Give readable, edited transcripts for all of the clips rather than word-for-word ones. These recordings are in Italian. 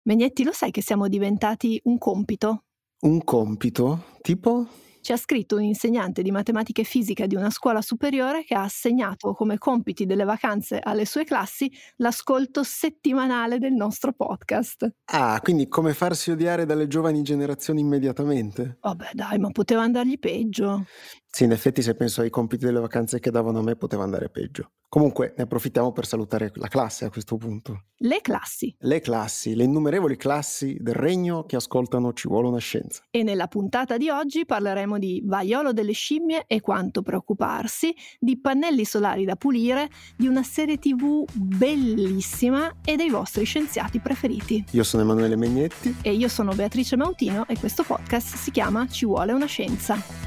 Megnetti, lo sai che siamo diventati un compito? Un compito? Tipo? Ci ha scritto un insegnante di matematica e fisica di una scuola superiore che ha assegnato come compiti delle vacanze alle sue classi l'ascolto settimanale del nostro podcast. Ah, quindi come farsi odiare dalle giovani generazioni immediatamente? Vabbè dai, ma poteva andargli peggio. Sì, in effetti se penso ai compiti delle vacanze che davano a me poteva andare peggio. Comunque ne approfittiamo per salutare la classe a questo punto. Le classi. Le classi, le innumerevoli classi del regno che ascoltano Ci vuole una scienza. E nella puntata di oggi parleremo di vaiolo delle scimmie e quanto preoccuparsi, di pannelli solari da pulire, di una serie TV bellissima e dei vostri scienziati preferiti. Io sono Emanuele Megnetti. E io sono Beatrice Mautino e questo podcast si chiama Ci vuole una scienza.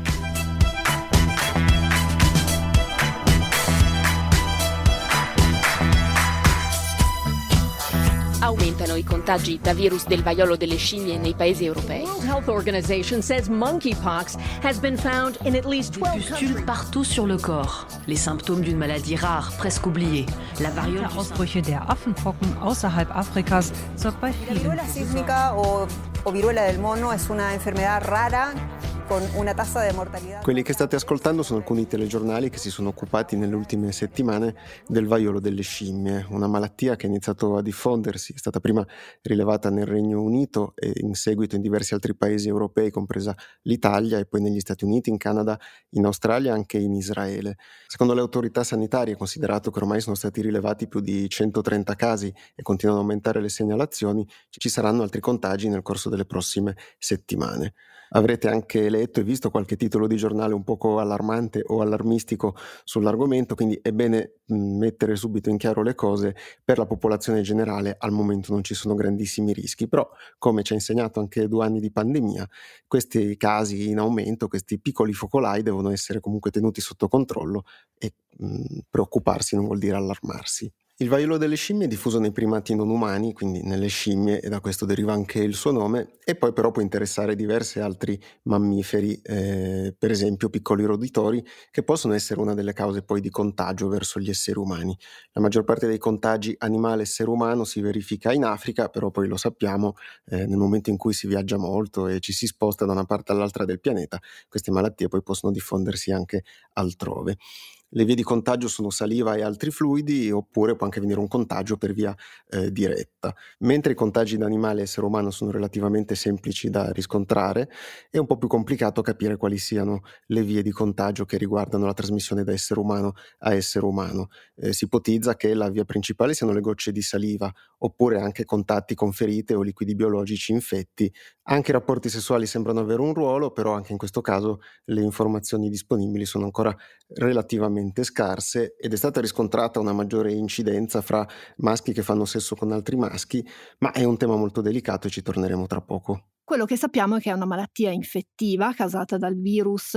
Aumentano i contagi da virus del vaiolo delle scimmie nei paesi europei. The World Health Organization says monkeypox has been found in at least 12 Pustules countries. partout sur le corps. Les symptômes d'une maladie rare, presque oubliée. La variole du Ausbrüche der Affenpocken außerhalb Afrikas sorgt bei La vielen viruela sísmica o viruela del mono es una enfermedad rara con una tasa de mortalidad. Quelli che state ascoltando sono alcuni telegiornali che si sono occupati nelle ultime settimane del vaiolo delle scimmie, una malattia che ha iniziato a diffondersi, è stata prima rilevata nel Regno Unito e in seguito in diversi altri paesi europei, compresa l'Italia, e poi negli Stati Uniti, in Canada, in Australia e anche in Israele. Secondo le autorità sanitarie, considerato che ormai sono stati rilevati più di 130 casi e continuano ad aumentare le segnalazioni, ci saranno altri contagi nel corso delle prossime settimane. Avrete anche letto e visto qualche titolo di giornale un poco allarmante o allarmistico sull'argomento, quindi è bene mettere subito in chiaro le cose. Per la popolazione generale al momento non ci sono grandissimi rischi, però come ci ha insegnato anche 2 anni di pandemia, questi casi in aumento, questi piccoli focolai devono essere comunque tenuti sotto controllo e preoccuparsi non vuol dire allarmarsi. Il vaiolo delle scimmie è diffuso nei primati non umani, quindi nelle scimmie, e da questo deriva anche il suo nome, e poi però può interessare diversi altri mammiferi, per esempio piccoli roditori, che possono essere una delle cause poi di contagio verso gli esseri umani. La maggior parte dei contagi animale-essere umano si verifica in Africa, però poi lo sappiamo, nel momento in cui si viaggia molto e ci si sposta da una parte all'altra del pianeta, queste malattie poi possono diffondersi anche altrove. Le vie di contagio sono saliva e altri fluidi, oppure può anche venire un contagio per via diretta. Mentre i contagi da animale e essere umano sono relativamente semplici da riscontrare, è un po' più complicato capire quali siano le vie di contagio che riguardano la trasmissione da essere umano a essere umano. Si ipotizza che la via principale siano le gocce di saliva, oppure anche contatti con ferite o liquidi biologici infetti. Anche i rapporti sessuali sembrano avere un ruolo, però anche in questo caso le informazioni disponibili sono ancora relativamente scarse ed è stata riscontrata una maggiore incidenza fra maschi che fanno sesso con altri maschi, ma è un tema molto delicato e ci torneremo tra poco. Quello che sappiamo è che è una malattia infettiva causata dal virus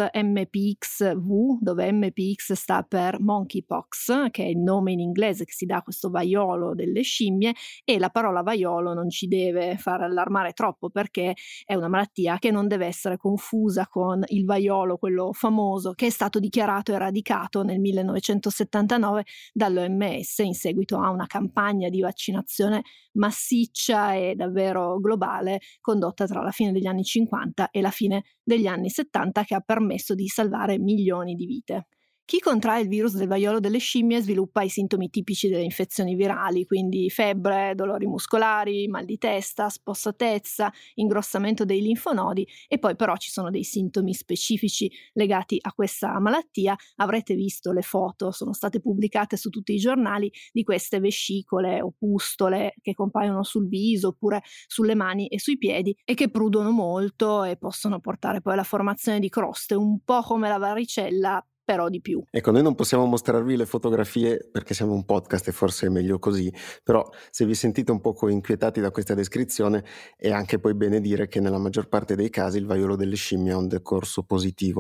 MPXV, dove MPX sta per monkeypox, che è il nome in inglese che si dà a questo vaiolo delle scimmie, e la parola vaiolo non ci deve far allarmare troppo perché è una malattia che non deve essere confusa con il vaiolo, quello famoso, che è stato dichiarato eradicato nel 1979 dall'OMS in seguito a una campagna di vaccinazione massiccia e davvero globale condotta tra la fine degli anni 50 e la fine degli anni 70, che ha permesso di salvare milioni di vite. Chi contrae il virus del vaiolo delle scimmie sviluppa i sintomi tipici delle infezioni virali, quindi febbre, dolori muscolari, mal di testa, spossatezza, ingrossamento dei linfonodi, e poi però ci sono dei sintomi specifici legati a questa malattia. Avrete visto le foto, sono state pubblicate su tutti i giornali, di queste vescicole o pustole che compaiono sul viso oppure sulle mani e sui piedi e che prudono molto e possono portare poi alla formazione di croste, un po' come la varicella, però di più. Ecco, noi non possiamo mostrarvi le fotografie perché siamo un podcast e forse è meglio così, però se vi sentite un poco inquietati da questa descrizione è anche poi bene dire che nella maggior parte dei casi il vaiolo delle scimmie ha un decorso positivo.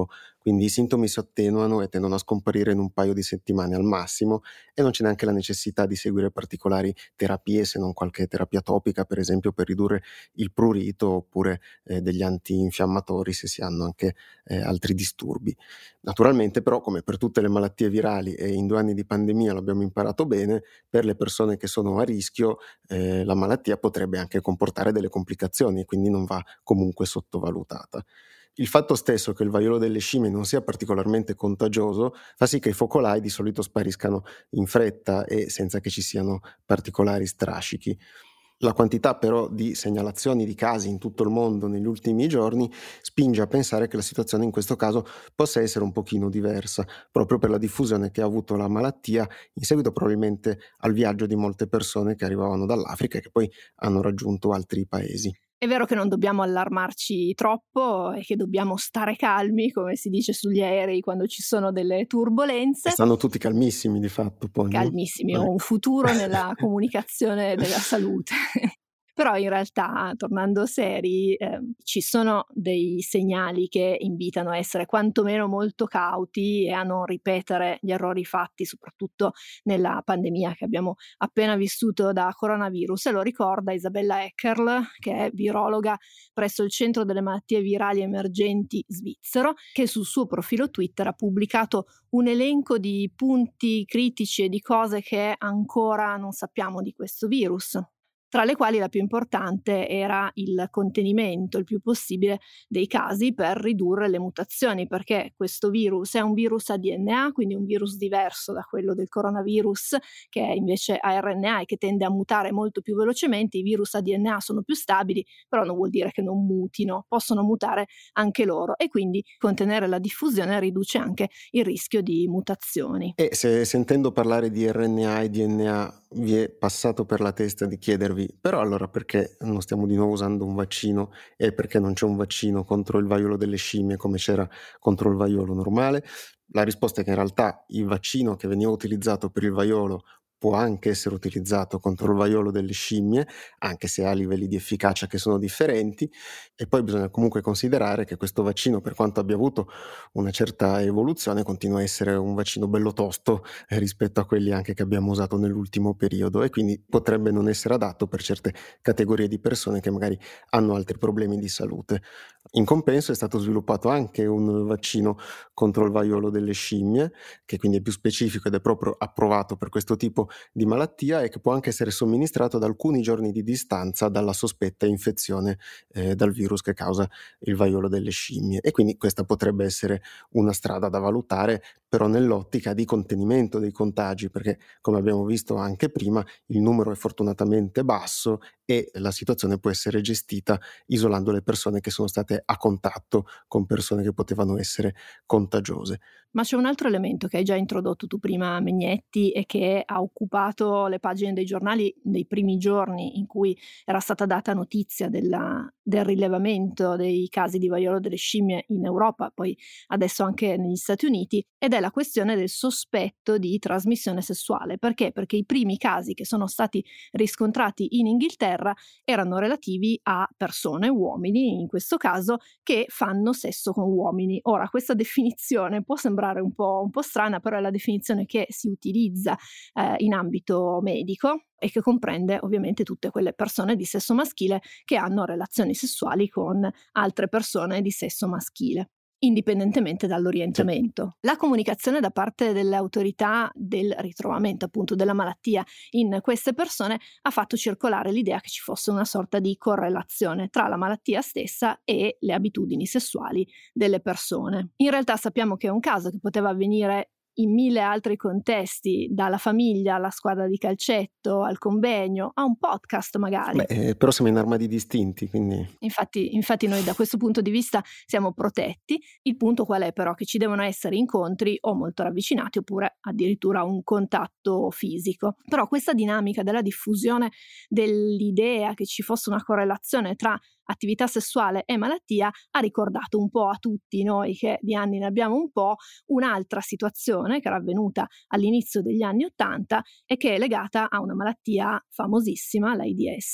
quindi i sintomi si attenuano e tendono a scomparire in un paio di settimane al massimo e non c'è neanche la necessità di seguire particolari terapie, se non qualche terapia topica, per esempio per ridurre il prurito, oppure degli antinfiammatori se si hanno anche altri disturbi. Naturalmente però, come per tutte le malattie virali e in 2 anni di pandemia l'abbiamo imparato bene, per le persone che sono a rischio la malattia potrebbe anche comportare delle complicazioni e quindi non va comunque sottovalutata. Il fatto stesso che il vaiolo delle scimmie non sia particolarmente contagioso fa sì che i focolai di solito spariscano in fretta e senza che ci siano particolari strascichi. La quantità però di segnalazioni di casi in tutto il mondo negli ultimi giorni spinge a pensare che la situazione in questo caso possa essere un pochino diversa, proprio per la diffusione che ha avuto la malattia in seguito probabilmente al viaggio di molte persone che arrivavano dall'Africa e che poi hanno raggiunto altri paesi. È vero che non dobbiamo allarmarci troppo e che dobbiamo stare calmi, come si dice sugli aerei quando ci sono delle turbolenze. E stanno tutti calmissimi di fatto poi. Calmissimi, ho un futuro nella comunicazione della salute. Però in realtà, tornando seri, ci sono dei segnali che invitano a essere quantomeno molto cauti e a non ripetere gli errori fatti, soprattutto nella pandemia che abbiamo appena vissuto da coronavirus. E lo ricorda Isabella Eckerl, che è virologa presso il Centro delle Malattie Virali Emergenti svizzero, che sul suo profilo Twitter ha pubblicato un elenco di punti critici e di cose che ancora non sappiamo di questo virus, tra le quali la più importante era il contenimento il più possibile dei casi per ridurre le mutazioni, perché questo virus è un virus a DNA, quindi un virus diverso da quello del coronavirus che è invece a RNA e che tende a mutare molto più velocemente. I virus a DNA sono più stabili, però non vuol dire che non mutino, possono mutare anche loro e quindi contenere la diffusione riduce anche il rischio di mutazioni. E se sentendo parlare di RNA e DNA vi è passato per la testa di chiedervi però allora perché non stiamo di nuovo usando un vaccino e perché non c'è un vaccino contro il vaiolo delle scimmie come c'era contro il vaiolo normale? La risposta è che in realtà il vaccino che veniva utilizzato per il vaiolo può anche essere utilizzato contro il vaiolo delle scimmie, anche se ha livelli di efficacia che sono differenti, e poi bisogna comunque considerare che questo vaccino, per quanto abbia avuto una certa evoluzione, continua a essere un vaccino bello tosto rispetto a quelli anche che abbiamo usato nell'ultimo periodo e quindi potrebbe non essere adatto per certe categorie di persone che magari hanno altri problemi di salute. In compenso è stato sviluppato anche un vaccino contro il vaiolo delle scimmie, che quindi è più specifico ed è proprio approvato per questo tipo di malattia e che può anche essere somministrato ad alcuni giorni di distanza dalla sospetta infezione dal virus che causa il vaiolo delle scimmie. E quindi questa potrebbe essere una strada da valutare, però nell'ottica di contenimento dei contagi, perché come abbiamo visto anche prima il numero è fortunatamente basso e la situazione può essere gestita isolando le persone che sono state a contatto con persone che potevano essere contagiose. Ma c'è un altro elemento che hai già introdotto tu prima, Megnetti, e che ha occupato le pagine dei giornali nei primi giorni in cui era stata data notizia del rilevamento dei casi di vaiolo delle scimmie in Europa, poi adesso anche negli Stati Uniti, ed è la questione del sospetto di trasmissione sessuale. Perché? Perché i primi casi che sono stati riscontrati in Inghilterra erano relativi a persone, uomini in questo caso, che fanno sesso con uomini. Ora, questa definizione può sembrare un po' strana, però è la definizione che si utilizza in ambito medico e che comprende ovviamente tutte quelle persone di sesso maschile che hanno relazioni sessuali con altre persone di sesso maschile, indipendentemente dall'orientamento. La comunicazione da parte delle autorità del ritrovamento appunto della malattia in queste persone ha fatto circolare l'idea che ci fosse una sorta di correlazione tra la malattia stessa e le abitudini sessuali delle persone. In realtà sappiamo che è un caso che poteva avvenire in 1000 altri contesti, dalla famiglia alla squadra di calcetto, al convegno, a un podcast magari. Però siamo in armadi distinti, quindi... Infatti noi da questo punto di vista siamo protetti. Il punto qual è però? Che ci devono essere incontri o molto ravvicinati oppure addirittura un contatto fisico. Però questa dinamica della diffusione dell'idea che ci fosse una correlazione tra attività sessuale e malattia ha ricordato un po' a tutti noi che di anni ne abbiamo un po' un'altra situazione che era avvenuta all'inizio degli anni '80 e che è legata a una malattia famosissima, l'AIDS.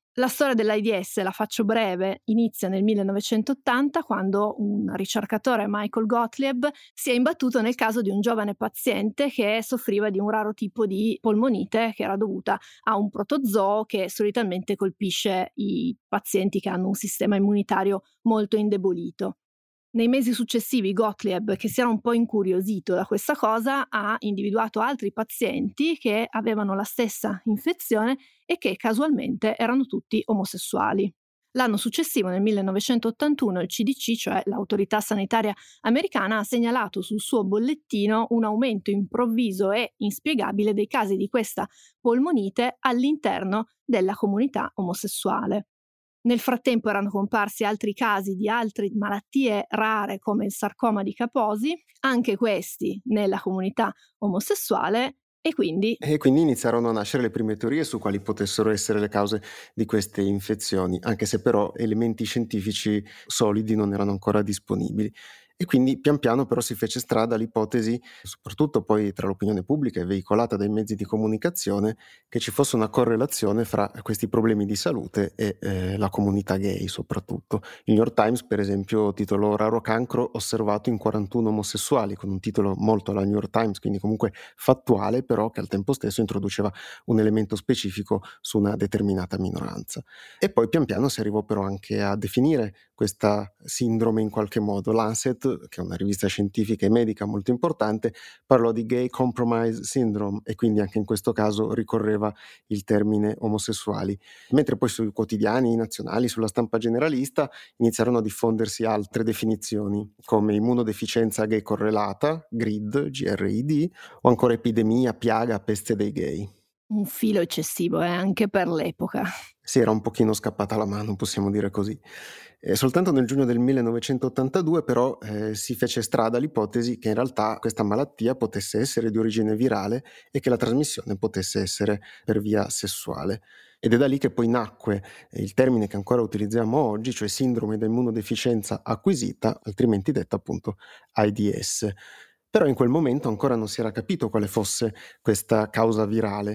La storia dell'AIDS, la faccio breve, inizia nel 1980 quando un ricercatore, Michael Gottlieb, si è imbattuto nel caso di un giovane paziente che soffriva di un raro tipo di polmonite che era dovuta a un protozoo che solitamente colpisce i pazienti che hanno un sistema immunitario molto indebolito. Nei mesi successivi Gottlieb, che si era un po' incuriosito da questa cosa, ha individuato altri pazienti che avevano la stessa infezione e che casualmente erano tutti omosessuali. L'anno successivo, nel 1981, il CDC, cioè l'autorità sanitaria americana, ha segnalato sul suo bollettino un aumento improvviso e inspiegabile dei casi di questa polmonite all'interno della comunità omosessuale. Nel frattempo erano comparsi altri casi di altre malattie rare come il sarcoma di Kaposi, anche questi nella comunità omosessuale, e quindi iniziarono a nascere le prime teorie su quali potessero essere le cause di queste infezioni, anche se però elementi scientifici solidi non erano ancora disponibili. E quindi pian piano però si fece strada l'ipotesi, soprattutto poi tra l'opinione pubblica e veicolata dai mezzi di comunicazione, che ci fosse una correlazione fra questi problemi di salute e la comunità gay soprattutto. Il New York Times, per esempio, titolò "Raro cancro osservato in 41 omosessuali", con un titolo molto alla New York Times, quindi comunque fattuale, però che al tempo stesso introduceva un elemento specifico su una determinata minoranza. E poi pian piano si arrivò però anche a definire questa sindrome in qualche modo. Lancet, che è una rivista scientifica e medica molto importante, parlò di Gay Compromise Syndrome e quindi anche in questo caso ricorreva il termine omosessuali. Mentre poi sui quotidiani nazionali, sulla stampa generalista, iniziarono a diffondersi altre definizioni come immunodeficienza gay correlata, GRID, GRID, o ancora epidemia, piaga, peste dei gay. un filo eccessivo, anche per l'epoca. Si era un pochino scappata la mano, possiamo dire così. Soltanto nel giugno del 1982 però si fece strada l'ipotesi che in realtà questa malattia potesse essere di origine virale e che la trasmissione potesse essere per via sessuale. Ed è da lì che poi nacque il termine che ancora utilizziamo oggi, cioè sindrome da immunodeficienza acquisita, altrimenti detta appunto AIDS. Però in quel momento ancora non si era capito quale fosse questa causa virale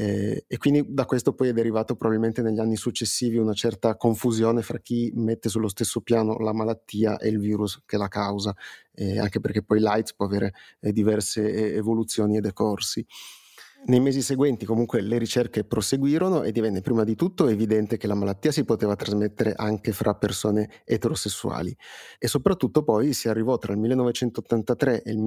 e quindi da questo poi è derivato probabilmente negli anni successivi una certa confusione fra chi mette sullo stesso piano la malattia e il virus che la causa, anche perché poi l'AIDS può avere diverse evoluzioni e decorsi. Nei mesi seguenti comunque le ricerche proseguirono e divenne prima di tutto evidente che la malattia si poteva trasmettere anche fra persone eterosessuali e soprattutto poi si arrivò tra il 1983 e il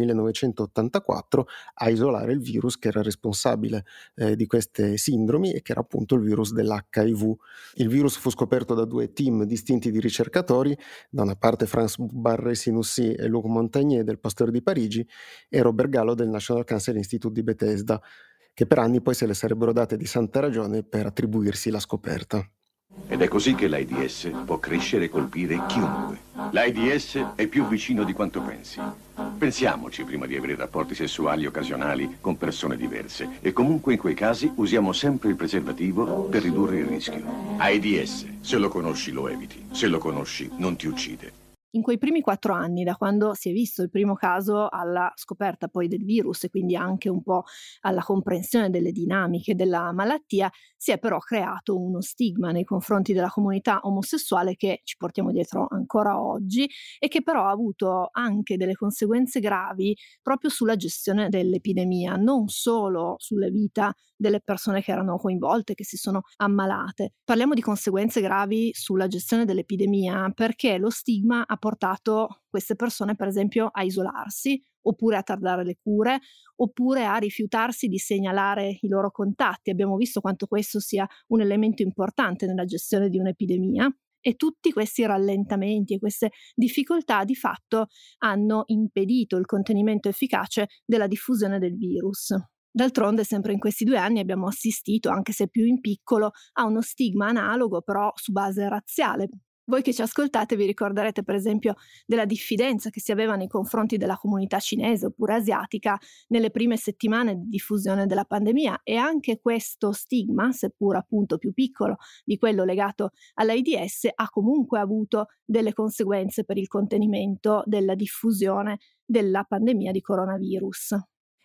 1984 a isolare il virus che era responsabile di queste sindromi e che era appunto il virus dell'HIV. Il virus fu scoperto da due team distinti di ricercatori, da una parte France Barré-Sinoussi e Luc Montagnier del Pasteur di Parigi e Robert Gallo del National Cancer Institute di Bethesda, che per anni poi se le sarebbero date di santa ragione per attribuirsi la scoperta. Ed è così che l'AIDS può crescere e colpire chiunque. L'AIDS è più vicino di quanto pensi. Pensiamoci prima di avere rapporti sessuali occasionali con persone diverse e comunque in quei casi usiamo sempre il preservativo per ridurre il rischio. AIDS, se lo conosci lo eviti, se lo conosci non ti uccide. In quei primi 4 anni, da quando si è visto il primo caso alla scoperta poi del virus e quindi anche un po' alla comprensione delle dinamiche della malattia, si è però creato uno stigma nei confronti della comunità omosessuale che ci portiamo dietro ancora oggi e che però ha avuto anche delle conseguenze gravi proprio sulla gestione dell'epidemia, non solo sulle vite delle persone che erano coinvolte, che si sono ammalate. Parliamo di conseguenze gravi sulla gestione dell'epidemia perché lo stigma ha portato queste persone, per esempio, a isolarsi, oppure a tardare le cure, oppure a rifiutarsi di segnalare i loro contatti. Abbiamo visto quanto questo sia un elemento importante nella gestione di un'epidemia. E tutti questi rallentamenti e queste difficoltà di fatto hanno impedito il contenimento efficace della diffusione del virus. D'altronde, sempre in questi 2 anni abbiamo assistito, anche se più in piccolo, a uno stigma analogo però su base razziale. Voi che ci ascoltate vi ricorderete per esempio della diffidenza che si aveva nei confronti della comunità cinese oppure asiatica nelle prime settimane di diffusione della pandemia e anche questo stigma, seppur appunto più piccolo di quello legato all'AIDS, ha comunque avuto delle conseguenze per il contenimento della diffusione della pandemia di coronavirus.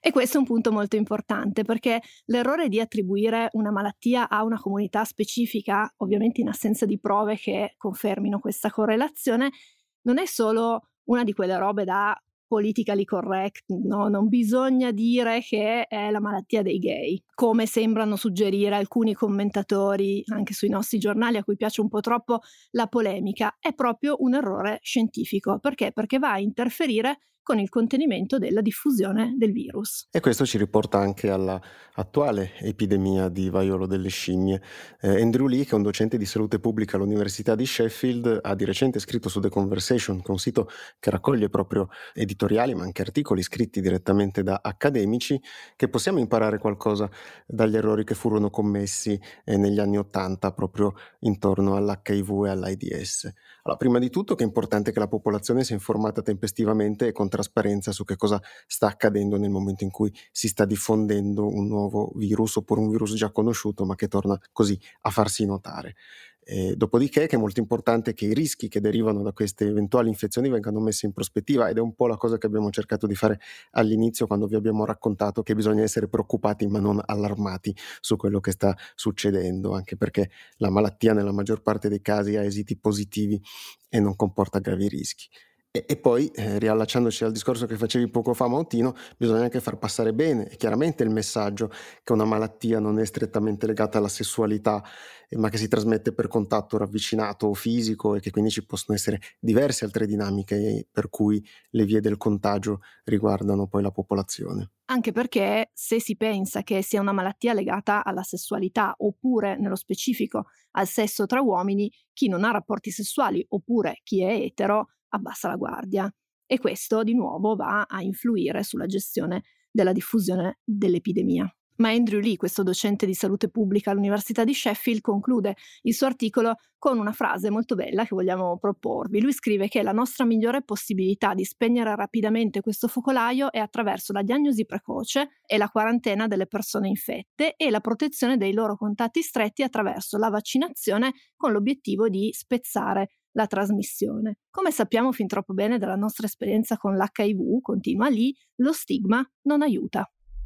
E questo è un punto molto importante, perché l'errore di attribuire una malattia a una comunità specifica, ovviamente in assenza di prove che confermino questa correlazione, non è solo una di quelle robe da politically correct, no? Non bisogna dire che è la malattia dei gay, come sembrano suggerire alcuni commentatori anche sui nostri giornali a cui piace un po' troppo la polemica. È proprio un errore scientifico. Perché? Perché va a interferire con il contenimento della diffusione del virus. E questo ci riporta anche alla attuale epidemia di vaiolo delle scimmie. Andrew Lee, che è un docente di salute pubblica all'Università di Sheffield, ha di recente scritto su The Conversation, che è un sito che raccoglie proprio editoriali ma anche articoli scritti direttamente da accademici, che possiamo imparare qualcosa dagli errori che furono commessi negli anni '80 proprio intorno all'HIV e all'AIDS. Allora, prima di tutto che è importante che la popolazione sia informata tempestivamente e con trasparenza su che cosa sta accadendo nel momento in cui si sta diffondendo un nuovo virus oppure un virus già conosciuto ma che torna così a farsi notare. Dopodiché che è molto importante che i rischi che derivano da queste eventuali infezioni vengano messi in prospettiva, ed è un po' la cosa che abbiamo cercato di fare all'inizio quando vi abbiamo raccontato che bisogna essere preoccupati ma non allarmati su quello che sta succedendo, anche perché la malattia nella maggior parte dei casi ha esiti positivi e non comporta gravi rischi. E poi, riallacciandoci al discorso che facevi poco fa, Mautino, bisogna anche far passare bene e chiaramente il messaggio che una malattia non è strettamente legata alla sessualità, ma che si trasmette per contatto ravvicinato o fisico, e che quindi ci possono essere diverse altre dinamiche per cui le vie del contagio riguardano poi la popolazione. Anche perché se si pensa che sia una malattia legata alla sessualità oppure nello specifico al sesso tra uomini, chi non ha rapporti sessuali oppure chi è etero abbassa la guardia, e questo di nuovo va a influire sulla gestione della diffusione dell'epidemia. Ma Andrew Lee, questo docente di salute pubblica all'Università di Sheffield, conclude il suo articolo con una frase molto bella che vogliamo proporvi. Lui scrive che la nostra migliore possibilità di spegnere rapidamente questo focolaio è attraverso la diagnosi precoce e la quarantena delle persone infette e la protezione dei loro contatti stretti attraverso la vaccinazione, con l'obiettivo di spezzare la trasmissione. Come sappiamo fin troppo bene dalla nostra esperienza con l'HIV, continua Lee, lo stigma non aiuta.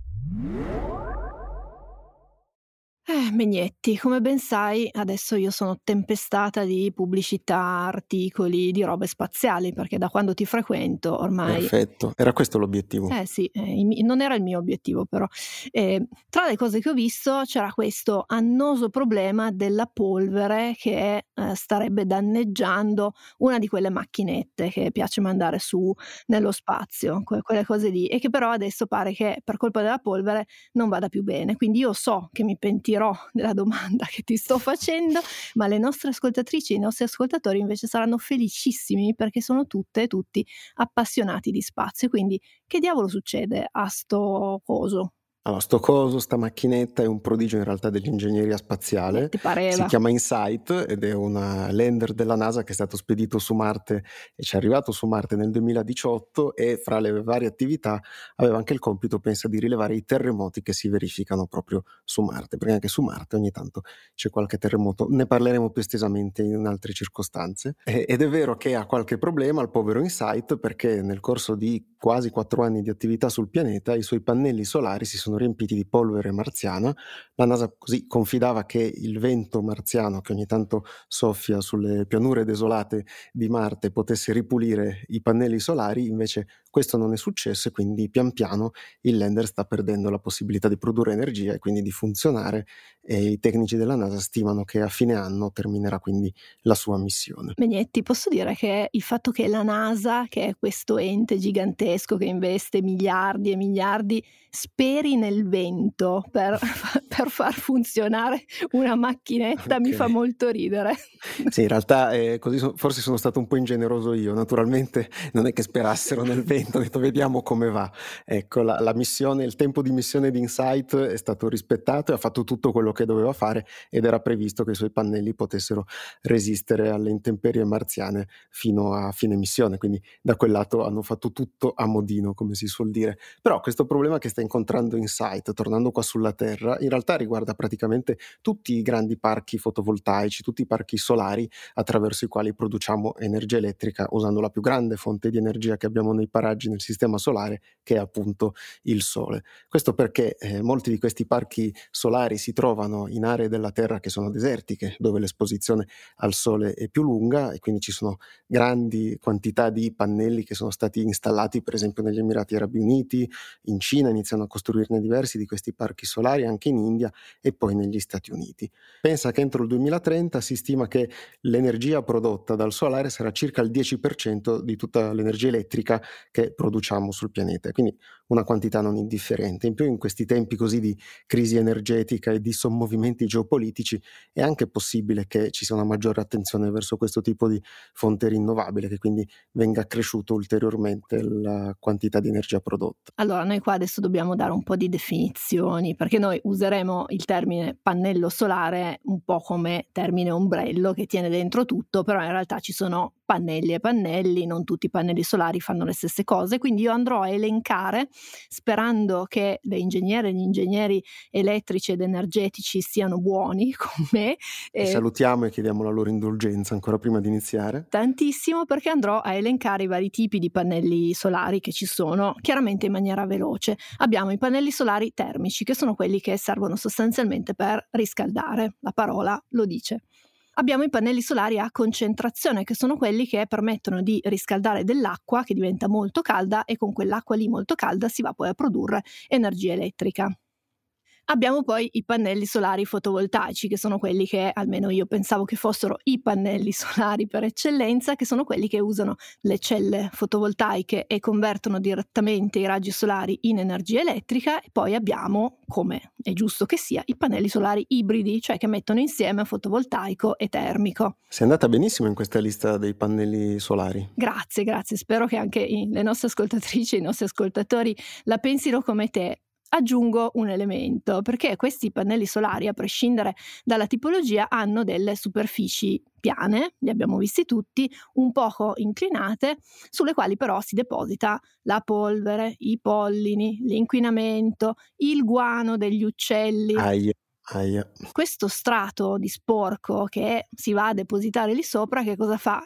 Megnetti, come ben sai, adesso io sono tempestata di pubblicità, articoli, di robe spaziali, perché da quando ti frequento ormai... Perfetto, era questo l'obiettivo. Sì, non era il mio obiettivo però. Tra le cose che ho visto c'era questo annoso problema della polvere che starebbe danneggiando una di quelle macchinette che piace mandare su nello spazio, quelle cose lì, e che però adesso pare che per colpa della polvere non vada più bene. Quindi io so che mi pentirò della domanda che ti sto facendo, ma le nostre ascoltatrici e i nostri ascoltatori invece saranno felicissimi, perché sono tutte e tutti appassionati di spazio. Quindi che diavolo succede a sto coso? Allora, sto coso, sta macchinetta è un prodigio in realtà dell'ingegneria spaziale. Ti pareva? Si chiama InSight ed è un lander della NASA che è stato spedito su Marte e ci è arrivato su Marte nel 2018, e fra le varie attività aveva anche il compito, pensa, di rilevare i terremoti che si verificano proprio su Marte, perché anche su Marte ogni tanto c'è qualche terremoto. Ne parleremo più estesamente in altre circostanze. Ed è vero che ha qualche problema il povero InSight, perché nel corso di quasi 4 anni di attività sul pianeta i suoi pannelli solari si sono riempiti di polvere marziana. La NASA così confidava che il vento marziano che ogni tanto soffia sulle pianure desolate di Marte potesse ripulire i pannelli solari, invece questo non è successo, e quindi pian piano il lander sta perdendo la possibilità di produrre energia e quindi di funzionare, e i tecnici della NASA stimano che a fine anno terminerà quindi la sua missione. Megnetti, posso dire che il fatto che la NASA, che è questo ente gigantesco che investe miliardi e miliardi, speri nel vento per far funzionare una macchinetta, mi fa molto ridere. Sì, in realtà così forse sono stato un po' ingeneroso io. Naturalmente non è che sperassero nel vento, ho detto vediamo come va. Ecco, la missione, il tempo di missione di InSight è stato rispettato e ha fatto tutto quello che doveva fare, ed era previsto che i suoi pannelli potessero resistere alle intemperie marziane fino a fine missione, quindi da quel lato hanno fatto tutto a modino, come si suol dire. Però questo problema che sta incontrando InSight site, tornando qua sulla Terra, in realtà riguarda praticamente tutti i grandi parchi fotovoltaici, tutti i parchi solari attraverso i quali produciamo energia elettrica usando la più grande fonte di energia che abbiamo nei paraggi nel sistema solare, che è appunto il Sole. Questo perché molti di questi parchi solari si trovano in aree della Terra che sono desertiche, dove l'esposizione al Sole è più lunga, e quindi ci sono grandi quantità di pannelli che sono stati installati per esempio negli Emirati Arabi Uniti, in Cina iniziano a costruirne diversi di questi parchi solari, anche in India e poi negli Stati Uniti. Pensa che entro il 2030 si stima che l'energia prodotta dal solare sarà circa il 10% di tutta l'energia elettrica che produciamo sul pianeta, quindi una quantità non indifferente. In più, in questi tempi così di crisi energetica e di sommovimenti geopolitici, è anche possibile che ci sia una maggiore attenzione verso questo tipo di fonte rinnovabile, che quindi venga accresciuto ulteriormente la quantità di energia prodotta. Allora, noi qua adesso dobbiamo dare un po' di definizioni, perché noi useremo il termine pannello solare un po' come termine ombrello che tiene dentro tutto, però in realtà ci sono pannelli e pannelli, non tutti i pannelli solari fanno le stesse cose, quindi io andrò a elencare, sperando che le ingegnere e gli ingegneri elettrici ed energetici siano buoni con me. Salutiamo e chiediamo la loro indulgenza ancora prima di iniziare. Tantissimo, perché andrò a elencare i vari tipi di pannelli solari che ci sono, chiaramente in maniera veloce. Abbiamo i pannelli solari termici, che sono quelli che servono sostanzialmente per riscaldare, la parola lo dice. Abbiamo i pannelli solari a concentrazione, che sono quelli che permettono di riscaldare dell'acqua che diventa molto calda, e con quell'acqua lì molto calda si va poi a produrre energia elettrica. Abbiamo poi i pannelli solari fotovoltaici, che sono quelli che almeno io pensavo che fossero i pannelli solari per eccellenza, che sono quelli che usano le celle fotovoltaiche e convertono direttamente i raggi solari in energia elettrica. E poi abbiamo, come è giusto che sia, i pannelli solari ibridi, cioè che mettono insieme fotovoltaico e termico. Sei andata benissimo in questa lista dei pannelli solari. Grazie, spero che anche le nostre ascoltatrici e i nostri ascoltatori la pensino come te. Aggiungo un elemento, perché questi pannelli solari, a prescindere dalla tipologia, hanno delle superfici piane, li abbiamo visti tutti, un poco inclinate, sulle quali però si deposita la polvere, i pollini, l'inquinamento, il guano degli uccelli. Aia. Questo strato di sporco che si va a depositare lì sopra, che cosa fa?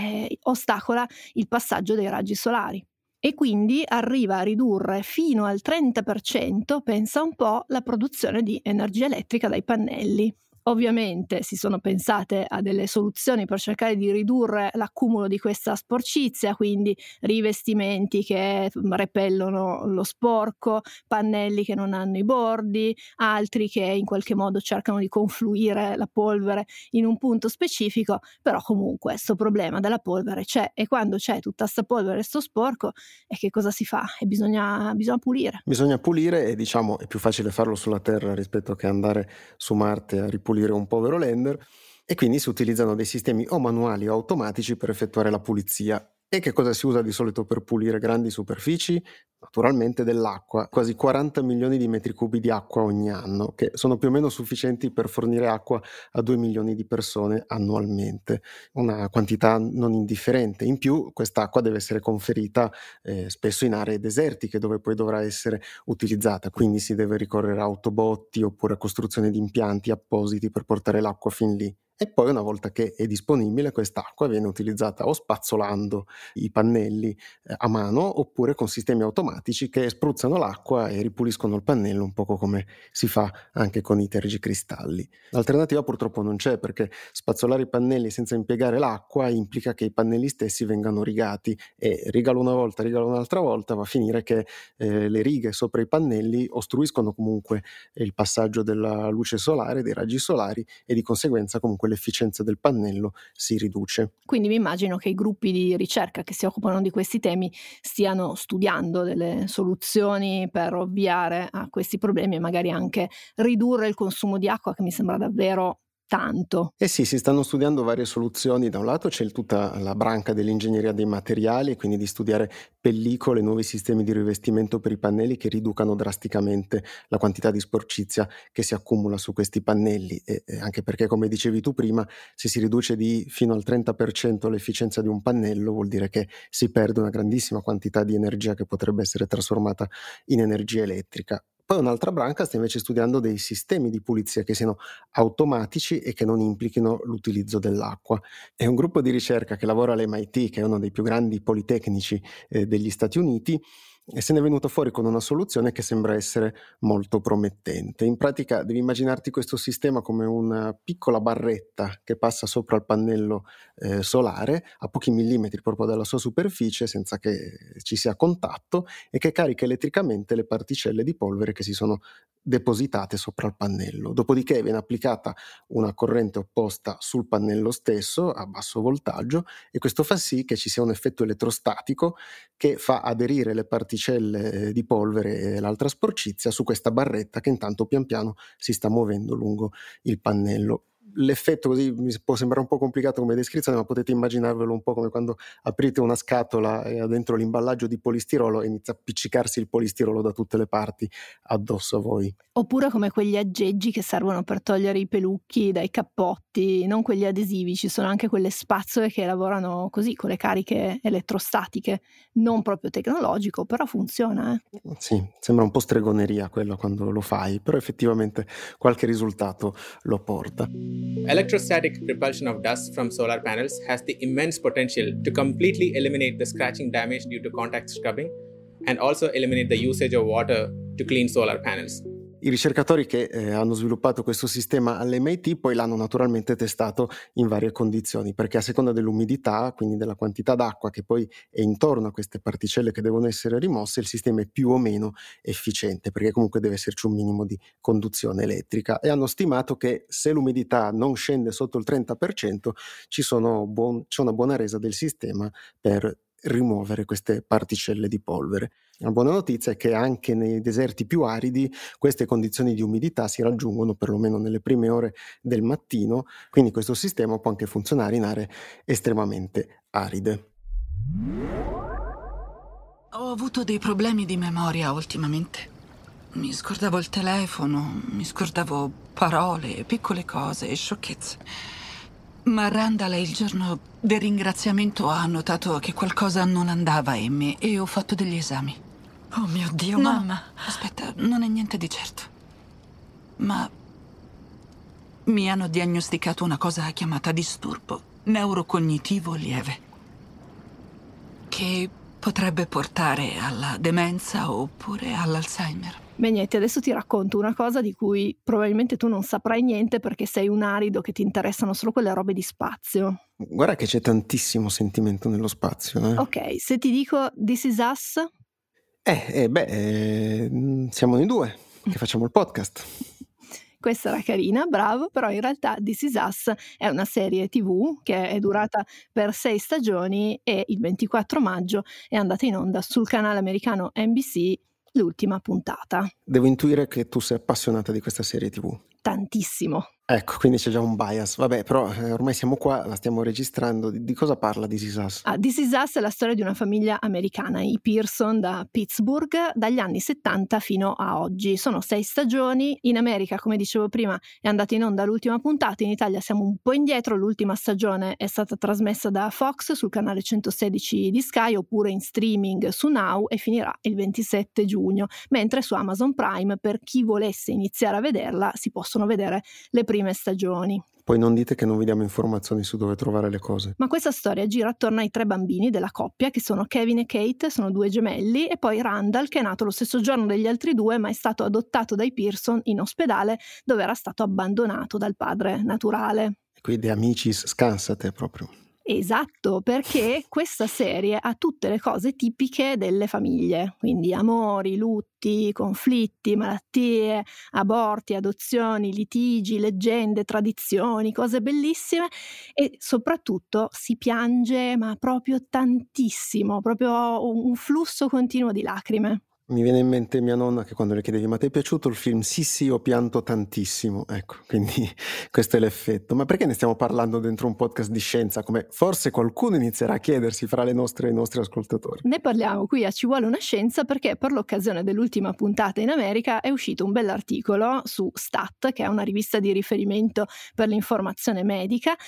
Ostacola il passaggio dei raggi solari. E quindi arriva a ridurre fino al 30%, pensa un po', la produzione di energia elettrica dai pannelli. Ovviamente si sono pensate a delle soluzioni per cercare di ridurre l'accumulo di questa sporcizia, quindi rivestimenti che repellono lo sporco, pannelli che non hanno i bordi, altri che in qualche modo cercano di confluire la polvere in un punto specifico, però comunque questo problema della polvere c'è, e quando c'è tutta sta polvere e sto sporco, e che cosa si fa? E bisogna pulire. Bisogna pulire, e diciamo è più facile farlo sulla Terra rispetto che andare su Marte a ripulire un povero lander, e quindi si utilizzano dei sistemi o manuali o automatici per effettuare la pulizia. E che cosa si usa di solito per pulire grandi superfici? Naturalmente dell'acqua, quasi 40 milioni di metri cubi di acqua ogni anno, che sono più o meno sufficienti per fornire acqua a 2 milioni di persone annualmente, una quantità non indifferente. In più quest'acqua deve essere conferita spesso in aree desertiche, dove poi dovrà essere utilizzata, quindi si deve ricorrere a autobotti oppure a costruzione di impianti appositi per portare l'acqua fin lì. E poi, una volta che è disponibile, quest'acqua viene utilizzata o spazzolando i pannelli a mano, oppure con sistemi automatici che spruzzano l'acqua e ripuliscono il pannello, un poco come si fa anche con i tergicristalli. L'alternativa purtroppo non c'è, perché spazzolare i pannelli senza impiegare l'acqua implica che i pannelli stessi vengano rigati, e rigalo una volta, rigalo un'altra volta, va a finire che le righe sopra i pannelli ostruiscono comunque il passaggio della luce solare, dei raggi solari, e di conseguenza comunque l'efficienza del pannello si riduce. Quindi mi immagino che i gruppi di ricerca che si occupano di questi temi stiano studiando delle soluzioni per ovviare a questi problemi e magari anche ridurre il consumo di acqua, che mi sembra davvero tanto. Sì, si stanno studiando varie soluzioni. Da un lato c'è tutta la branca dell'ingegneria dei materiali, quindi di studiare pellicole, nuovi sistemi di rivestimento per i pannelli che riducano drasticamente la quantità di sporcizia che si accumula su questi pannelli, e anche perché, come dicevi tu prima, se si riduce di fino al 30% l'efficienza di un pannello, vuol dire che si perde una grandissima quantità di energia che potrebbe essere trasformata in energia elettrica. Poi un'altra branca sta invece studiando dei sistemi di pulizia che siano automatici e che non implichino l'utilizzo dell'acqua. È un gruppo di ricerca che lavora all'MIT, che è uno dei più grandi politecnici degli Stati Uniti, e se ne è venuto fuori con una soluzione che sembra essere molto promettente. In pratica devi immaginarti questo sistema come una piccola barretta che passa sopra il pannello solare a pochi millimetri proprio dalla sua superficie senza che ci sia contatto, e che carica elettricamente le particelle di polvere che si sono depositate sopra il pannello. Dopodiché viene applicata una corrente opposta sul pannello stesso a basso voltaggio, e questo fa sì che ci sia un effetto elettrostatico che fa aderire le particelle di polvere e l'altra sporcizia su questa barretta che intanto pian piano si sta muovendo lungo il pannello. L'effetto così mi può sembrare un po' complicato come descrizione, ma potete immaginarvelo un po' come quando aprite una scatola e ha dentro l'imballaggio di polistirolo e inizia a appiccicarsi il polistirolo da tutte le parti addosso a voi. Oppure come quegli aggeggi che servono per togliere i pelucchi dai cappotti, non quegli adesivi, ci sono anche quelle spazzole che lavorano così con le cariche elettrostatiche, non proprio tecnologico, però funziona. Sì, sembra un po' stregoneria quello quando lo fai, però effettivamente qualche risultato lo porta. Electrostatic repulsion of dust from solar panels has the immense potential to completely eliminate the scratching damage due to contact scrubbing and also eliminate the usage of water to clean solar panels. I ricercatori che hanno sviluppato questo sistema all'MIT poi l'hanno naturalmente testato in varie condizioni, perché a seconda dell'umidità, quindi della quantità d'acqua che poi è intorno a queste particelle che devono essere rimosse, il sistema è più o meno efficiente, perché comunque deve esserci un minimo di conduzione elettrica, e hanno stimato che se l'umidità non scende sotto il 30% c'è una buona resa del sistema per rimuovere queste particelle di polvere. La buona notizia è che anche nei deserti più aridi queste condizioni di umidità si raggiungono perlomeno nelle prime ore del mattino, quindi questo sistema può anche funzionare in aree estremamente aride. Ho avuto dei problemi di memoria ultimamente. Mi scordavo il telefono, mi scordavo parole, piccole cose, sciocchezze. Ma Randall, il giorno del ringraziamento, ha notato che qualcosa non andava in me e ho fatto degli esami. Oh mio Dio, No, mamma! Aspetta, non è niente di certo. Ma mi hanno diagnosticato una cosa chiamata disturbo neurocognitivo lieve, che potrebbe portare alla demenza oppure all'Alzheimer. Begnetti, adesso ti racconto una cosa di cui probabilmente tu non saprai niente perché sei un arido che ti interessano solo quelle robe di spazio. Guarda che c'è tantissimo sentimento nello spazio. Ok, se ti dico This Is Us? Siamo noi due che facciamo il podcast. Questa era carina, bravo, però in realtà This Is Us è una serie TV che è durata per 6 stagioni e il 24 maggio è andata in onda sul canale americano NBC l'ultima puntata. Devo intuire che tu sei appassionata di questa serie TV. Tantissimo. Ecco, quindi c'è già un bias. Vabbè, però ormai siamo qua, la stiamo registrando. Di cosa parla This Is Us? This Is Us è la storia di una famiglia americana, i Pearson da Pittsburgh, dagli anni 70 fino a oggi. Sono 6 stagioni. In America, come dicevo prima, è andata in onda l'ultima puntata. In Italia siamo un po' indietro. L'ultima stagione è stata trasmessa da Fox sul canale 116 di Sky, oppure in streaming su Now, e finirà il 27 giugno. Mentre su Amazon Prime, per chi volesse iniziare a vederla, si possono vedere le prime stagioni. Poi non dite che non vi diamo informazioni su dove trovare le cose. Ma questa storia gira attorno ai 3 bambini della coppia, che sono Kevin e Kate, sono 2 gemelli, e poi Randall, che è nato lo stesso giorno degli altri 2, ma è stato adottato dai Pearson in ospedale, dove era stato abbandonato dal padre naturale. Quindi amici, scansate proprio. Esatto, perché questa serie ha tutte le cose tipiche delle famiglie, quindi amori, lutti, conflitti, malattie, aborti, adozioni, litigi, leggende, tradizioni, cose bellissime, e soprattutto si piange, ma proprio tantissimo, proprio un flusso continuo di lacrime. Mi viene in mente mia nonna che quando le chiedevi ma ti è piaciuto il film? Sì, ho pianto tantissimo. Ecco, quindi questo è l'effetto. Ma perché ne stiamo parlando dentro un podcast di scienza? Come forse qualcuno inizierà a chiedersi fra le nostre e i nostri ascoltatori. Ne parliamo qui a Ci vuole una scienza, perché per l'occasione dell'ultima puntata in America è uscito un bell'articolo su Stat, che è una rivista di riferimento per l'informazione medica,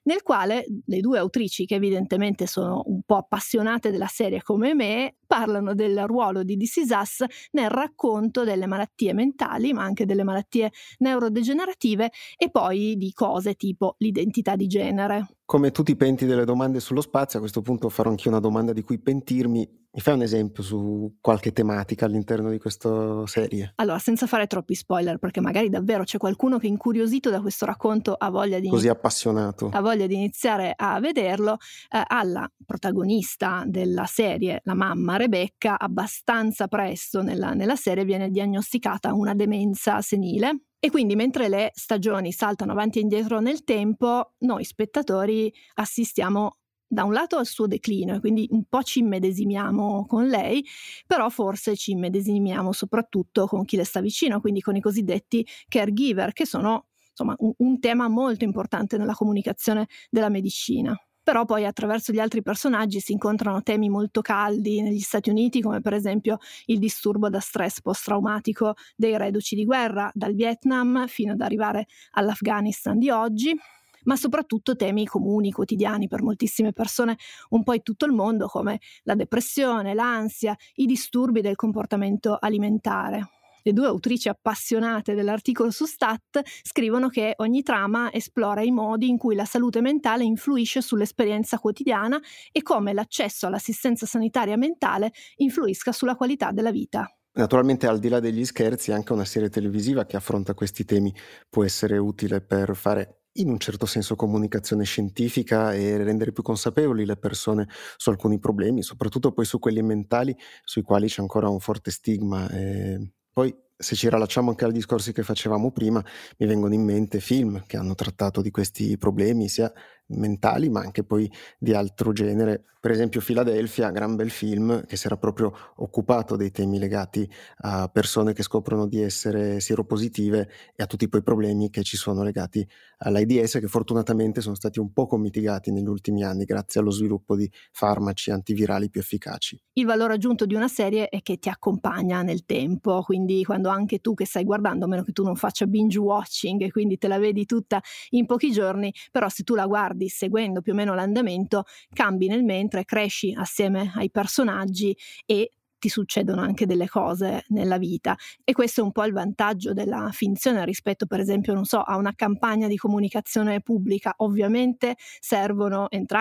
nel quale le due autrici, che evidentemente sono un po' appassionate della serie come me, parlano del ruolo di This Is Us nel racconto delle malattie mentali, ma anche delle malattie neurodegenerative, e poi di cose tipo l'identità di genere. Come tu ti penti delle domande sullo spazio, a questo punto farò anch'io una domanda di cui pentirmi. Mi fai un esempio su qualche tematica all'interno di questa serie? Allora, senza fare troppi spoiler, perché magari davvero c'è qualcuno che, incuriosito da questo racconto, ha voglia di Così appassionato. Ha voglia di iniziare a vederlo. Alla protagonista della serie, la mamma Rebecca, abbastanza presto nella serie viene diagnosticata una demenza senile. E quindi, mentre le stagioni saltano avanti e indietro nel tempo, noi spettatori assistiamo da un lato al suo declino e quindi un po' ci immedesimiamo con lei, però forse ci immedesimiamo soprattutto con chi le sta vicino, quindi con i cosiddetti caregiver, che sono insomma un tema molto importante nella comunicazione della medicina. Però poi attraverso gli altri personaggi si incontrano temi molto caldi negli Stati Uniti, come per esempio il disturbo da stress post-traumatico dei reduci di guerra, dal Vietnam fino ad arrivare all'Afghanistan di oggi, ma soprattutto temi comuni, quotidiani per moltissime persone un po' in tutto il mondo, come la depressione, l'ansia, i disturbi del comportamento alimentare. Le due autrici appassionate dell'articolo su Stat scrivono che ogni trama esplora i modi in cui la salute mentale influisce sull'esperienza quotidiana e come l'accesso all'assistenza sanitaria mentale influisca sulla qualità della vita. Naturalmente, al di là degli scherzi, anche una serie televisiva che affronta questi temi può essere utile per fare in un certo senso comunicazione scientifica e rendere più consapevoli le persone su alcuni problemi, soprattutto poi su quelli mentali, sui quali c'è ancora un forte stigma. Poi, se ci rilacciamo anche ai discorsi che facevamo prima, mi vengono in mente film che hanno trattato di questi problemi, sia mentali ma anche poi di altro genere. Per esempio Philadelphia, gran bel film che si era proprio occupato dei temi legati a persone che scoprono di essere sieropositive e a tutti quei problemi che ci sono legati all'AIDS, che fortunatamente sono stati un poco mitigati negli ultimi anni grazie allo sviluppo di farmaci antivirali più efficaci. Il valore aggiunto di una serie è che ti accompagna nel tempo, quindi quando anche tu che stai guardando, a meno che tu non faccia binge watching e quindi te la vedi tutta in pochi giorni, però se tu la guardi seguendo più o meno l'andamento, cambi nel mentre, cresci assieme ai personaggi e ti succedono anche delle cose nella vita. E questo è un po' il vantaggio della finzione rispetto, per esempio, a una campagna di comunicazione pubblica. Ovviamente servono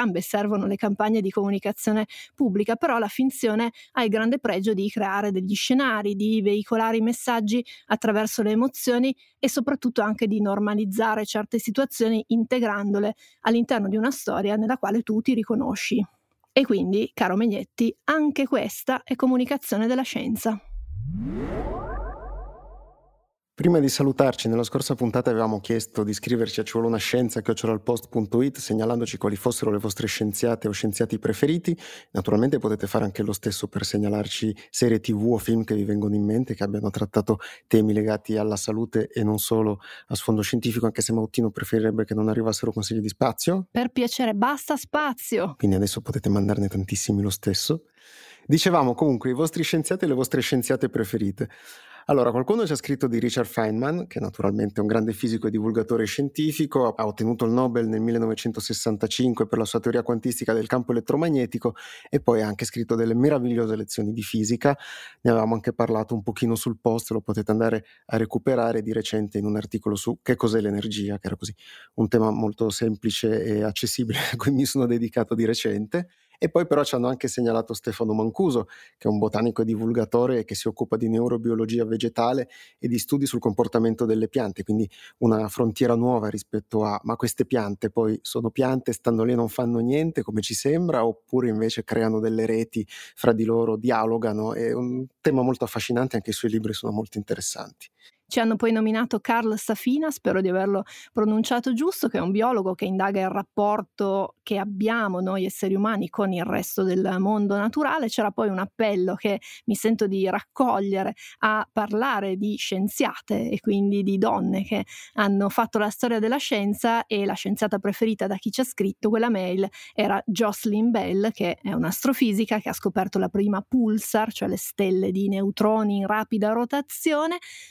le campagne di comunicazione pubblica, però la finzione ha il grande pregio di creare degli scenari, di veicolare i messaggi attraverso le emozioni e soprattutto anche di normalizzare certe situazioni integrandole all'interno di una storia nella quale tu ti riconosci. E quindi, caro Megnetti, anche questa è comunicazione della scienza. Prima di salutarci, nella scorsa puntata avevamo chiesto di scriverci a civoluonascienza@ilpost.it segnalandoci quali fossero le vostre scienziate o scienziati preferiti. Naturalmente potete fare anche lo stesso per segnalarci serie TV o film che vi vengono in mente, che abbiano trattato temi legati alla salute e non solo a sfondo scientifico, anche se Mautino preferirebbe che non arrivassero consigli di spazio. Per piacere, basta spazio! Quindi adesso potete mandarne tantissimi lo stesso. Dicevamo comunque i vostri scienziati e le vostre scienziate preferite. Allora, qualcuno ci ha scritto di Richard Feynman, che naturalmente è un grande fisico e divulgatore scientifico, ha ottenuto il Nobel nel 1965 per la sua teoria quantistica del campo elettromagnetico e poi ha anche scritto delle meravigliose lezioni di fisica. Ne avevamo anche parlato un pochino sul post, lo potete andare a recuperare di recente in un articolo su che cos'è l'energia, che era così un tema molto semplice e accessibile a cui mi sono dedicato di recente. E poi però ci hanno anche segnalato Stefano Mancuso, che è un botanico e divulgatore che si occupa di neurobiologia vegetale e di studi sul comportamento delle piante, quindi una frontiera nuova rispetto a ma queste piante poi sono piante, stanno lì e non fanno niente come ci sembra, oppure invece creano delle reti fra di loro, dialogano. È un tema molto affascinante, anche i suoi libri sono molto interessanti. Ci hanno poi nominato Carl Safina, spero di averlo pronunciato giusto, che è un biologo che indaga il rapporto che abbiamo noi esseri umani con il resto del mondo naturale. C'era poi un appello che mi sento di raccogliere a parlare di scienziate e quindi di donne che hanno fatto la storia della scienza, e la scienziata preferita da chi ci ha scritto quella mail era Jocelyn Bell, che è un'astrofisica che ha scoperto la prima pulsar, cioè le stelle di neutroni in rapida rotazione. Ma che brava!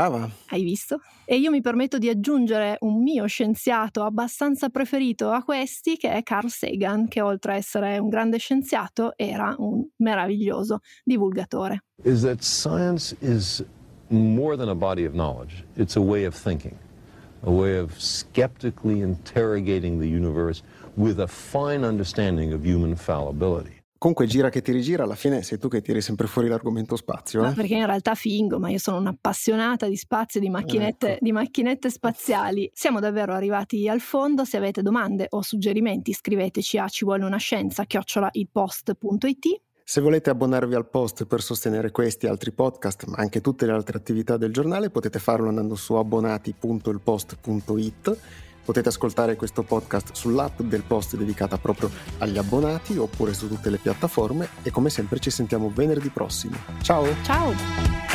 Brava! Hai visto? E io mi permetto di aggiungere un mio scienziato abbastanza preferito a questi, che è Carl Sagan, che oltre a essere un grande scienziato era un meraviglioso divulgatore. Is that science is more than a body of knowledge. It's a way of thinking, a way of skeptically interrogating the universe with a fine understanding of human fallibility. Comunque gira che ti rigira, alla fine sei tu che tiri sempre fuori l'argomento spazio. Ma perché in realtà fingo, ma io sono un'appassionata di spazio, di macchinette spaziali. Siamo davvero arrivati al fondo. Se avete domande o suggerimenti scriveteci a civuoleunascienza@ilpost.it. Se volete abbonarvi al Post per sostenere questi e altri podcast, ma anche tutte le altre attività del giornale, potete farlo andando su abbonati.ilpost.it. Potete ascoltare questo podcast sull'app del Post dedicata proprio agli abbonati, oppure su tutte le piattaforme, e come sempre ci sentiamo venerdì prossimo. Ciao! Ciao!